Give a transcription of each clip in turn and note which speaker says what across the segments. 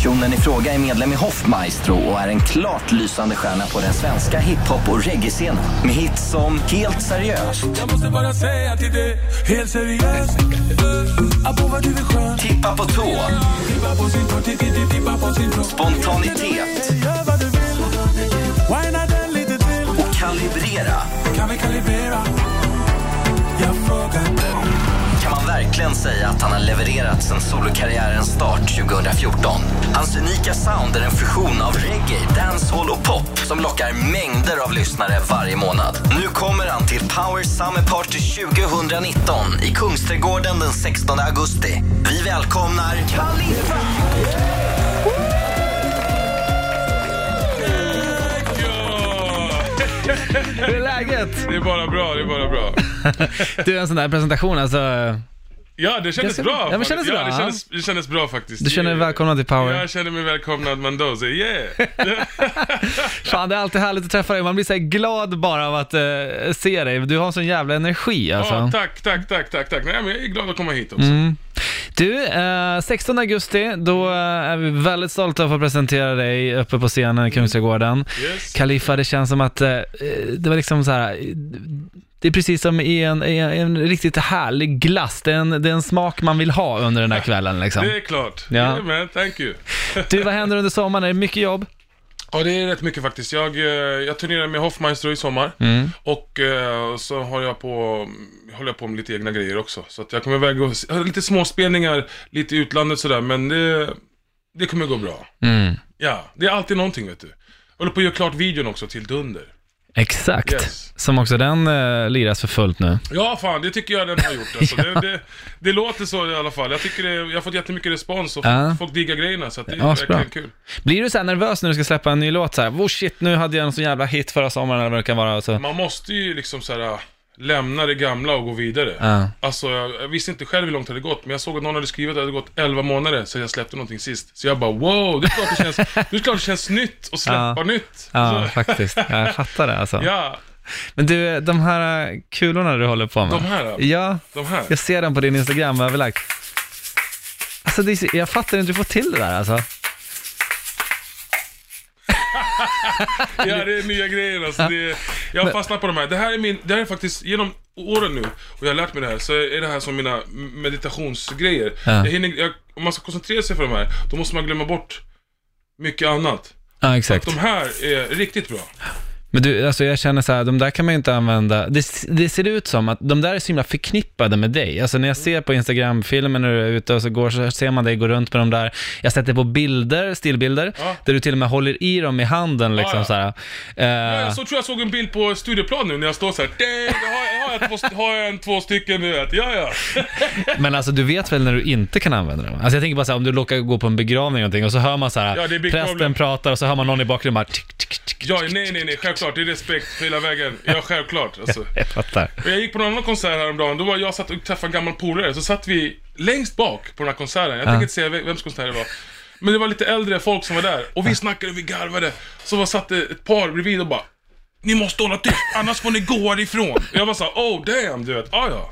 Speaker 1: Personen i fråga är medlem i Hoffmaestro och är en klart lysande stjärna på den svenska hiphop- och reggae-scenen. Med hits som Helt seriöst,
Speaker 2: jag måste bara säga till dig, helt seriöst.
Speaker 1: Tippa på tå, Spontanitet och Kalibrera.
Speaker 2: Kan vi kalibrera? Jag frågar.
Speaker 1: Kan man verkligen säga att han har levererat sedan solokarriärens start 2014. Hans unika sound är en fusion av reggae, dancehall och pop som lockar mängder av lyssnare varje månad. Nu kommer han till Power Summer Party 2019 i Kungsträdgården den 16 augusti. Vi välkomnar Khalifa!
Speaker 3: Hur är läget?
Speaker 4: Det är bara bra, det är bara bra.
Speaker 3: Du, en sån där presentation, alltså...
Speaker 4: Ja, det kändes bra.
Speaker 3: Ja, men kändes bra.
Speaker 4: Det kändes bra faktiskt.
Speaker 3: Du känner dig välkomnad till Power?
Speaker 4: Jag känner mig välkomnad, Mendoza, yeah!
Speaker 3: Fan, det är alltid härligt att träffa dig. Man blir så här glad bara av att se dig. Du har sån jävla energi, alltså.
Speaker 4: Ja, tack. Nej, men jag är glad att komma hit också.
Speaker 3: Du, 16 augusti, då är vi väldigt stolta att få presentera dig uppe på scenen i Kungsträdgården.
Speaker 4: Yes.
Speaker 3: Khalifa, det känns som att det var liksom så här... Det är precis som i en riktigt härlig glass. Det är en smak man vill ha under den här kvällen liksom.
Speaker 4: Det är klart.
Speaker 3: Ja.
Speaker 4: Yeah, man, thank you.
Speaker 3: Du, vad händer under sommaren? Är det mycket jobb?
Speaker 4: Ja, det är rätt mycket faktiskt. Jag turnerar med Hoffmaestro i sommar. Och så håller jag på med lite egna grejer också. Så att jag kommer iväg och ha lite småspelningar, lite i utlandet sådär. Men det kommer gå bra. Ja, det är alltid någonting, vet du. Jag håller på att göra klart videon också till Dunder.
Speaker 3: Exakt,
Speaker 4: Yes.
Speaker 3: som också den liras för fullt nu.
Speaker 4: Ja, fan, det tycker jag den har gjort alltså. Det låter så i alla fall. Jag tycker jag har fått jättemycket respons och folk diggar grejerna, så att det är verkligen kul.
Speaker 3: Blir du så här nervös när du ska släppa en ny låt så här? Oh shit, nu hade jag en sån jävla hit förra sommaren eller vad det kan vara så.
Speaker 4: Man måste ju liksom så här lämna det gamla och gå vidare. Alltså, jag visste inte själv hur långt det hade gått, men jag såg att någon hade skrivit att det hade gått 11 månader så jag släppte någonting sist. Så jag bara, wow, det är klart det känns nytt och släppa nytt.
Speaker 3: Ja, faktiskt. Jag fattar det alltså.
Speaker 4: Ja.
Speaker 3: Men du, de här kulorna du håller på med.
Speaker 4: De här?
Speaker 3: Ja,
Speaker 4: de här.
Speaker 3: Jag ser dem på din Instagram överlagt. Alltså, jag fattar inte hur du får till det där alltså.
Speaker 4: Ja, det är nya grejer alltså. Jag har fastnat på de här. Det här är faktiskt genom åren nu, och jag har lärt mig det här, så är det här som mina meditationsgrejer. Om man ska koncentrera sig på de här, då måste man glömma bort mycket annat.
Speaker 3: Ja, exakt.
Speaker 4: De här är riktigt bra.
Speaker 3: Men du, alltså jag känner så här, de där kan man ju inte använda. Det ser ut som att de där är så himla förknippade med dig. Alltså när jag ser på Instagram-filmen när du är ute och så ser man dig gå runt med de där. Jag sätter på bilder, stillbilder, där du till och med håller i dem i handen liksom så här.
Speaker 4: Jag tror jag såg en bild på Studioplan nu när jag står så här. Har jag två stycken nu vet. Ja.
Speaker 3: Men alltså du vet väl när du inte kan använda dem? Alltså jag tänker bara så här, om du råkar gå på en begravning eller någonting och så hör man så här, prästen pratar och så hör man någon i bakgrunden bara
Speaker 4: Ja, nej, självklart, det är respekt hela vägen. Ja, självklart alltså.
Speaker 3: Jag fattar.
Speaker 4: Jag gick på en annan konsert häromdagen. Då var jag satt och träffade en gammal polare. Så satt vi längst bak på den här konserten. Jag tänker inte säga vems konsert det var. Men det var lite äldre folk som var där. Och vi snackade, vi garvade. Så satt ett par bredvid och bara, ni måste hålla tyst, annars får ni gå härifrån. Jag var så här, oh damn, du vet. Ja.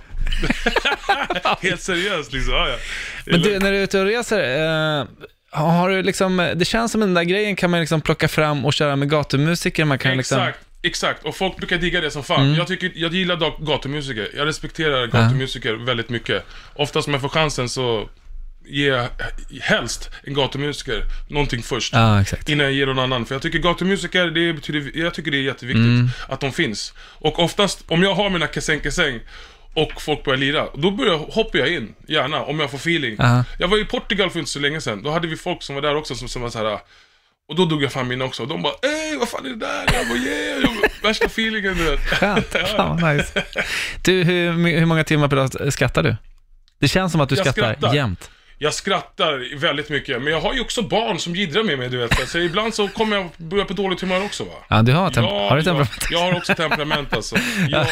Speaker 4: Helt seriöst liksom, ja.
Speaker 3: Men du, när du är ute och reser, har du liksom, det känns som den där grejen kan man liksom plocka fram och köra med gatumusiker. Man kan
Speaker 4: Exakt, och folk brukar digga det som fan. Jag gillar gatumusiker. Jag respekterar gatumusiker väldigt mycket. Oftast om jag får chansen så ger jag helst en gatumusiker någonting först, innan jag ger någon annan. För jag tycker gatumusiker, jag tycker det är jätteviktigt att de finns. Och oftast, om jag har mina kesäng och folk börjar lira, då hoppar jag in, gärna, om jag får feeling. Jag var i Portugal för inte så länge sedan. Då hade vi folk som var där också som var så här. Och då dog jag fram in också. Och de bara, vad fan är det där? Jag bara, värsta feelingen, du vet.
Speaker 3: Skönt, fan, nice. Du, hur många timmar per dag skrattar du? Det känns som att du skrattar jämt.
Speaker 4: Jag skrattar väldigt mycket, men jag har ju också barn som jiddrar med mig, du vet. Så ibland så kommer jag börja på dåligt humör också, va?
Speaker 3: Ja, du har har du temperament?
Speaker 4: Jag har också temperament, alltså. Ja.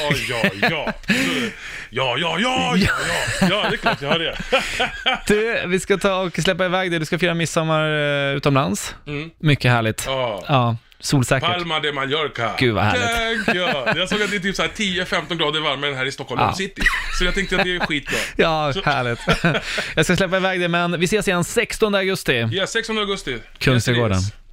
Speaker 4: Ja, det är klart jag har det.
Speaker 3: Du, vi ska ta och släppa iväg det. Du ska fira midsommar utomlands. Mycket härligt.
Speaker 4: Ja.
Speaker 3: Solsäkert.
Speaker 4: Palma de Mallorca.
Speaker 3: Gud vad härligt.
Speaker 4: Tack, ja. Jag såg att det är typ så här 10-15 grader varmare än här i Stockholm city. Så jag tänkte att det är skitbra.
Speaker 3: Ja, härligt. Jag ska släppa iväg det, men vi ses igen 16 augusti.
Speaker 4: Ja, 16 augusti.
Speaker 3: Kungsträdgården.
Speaker 4: Yes, yes.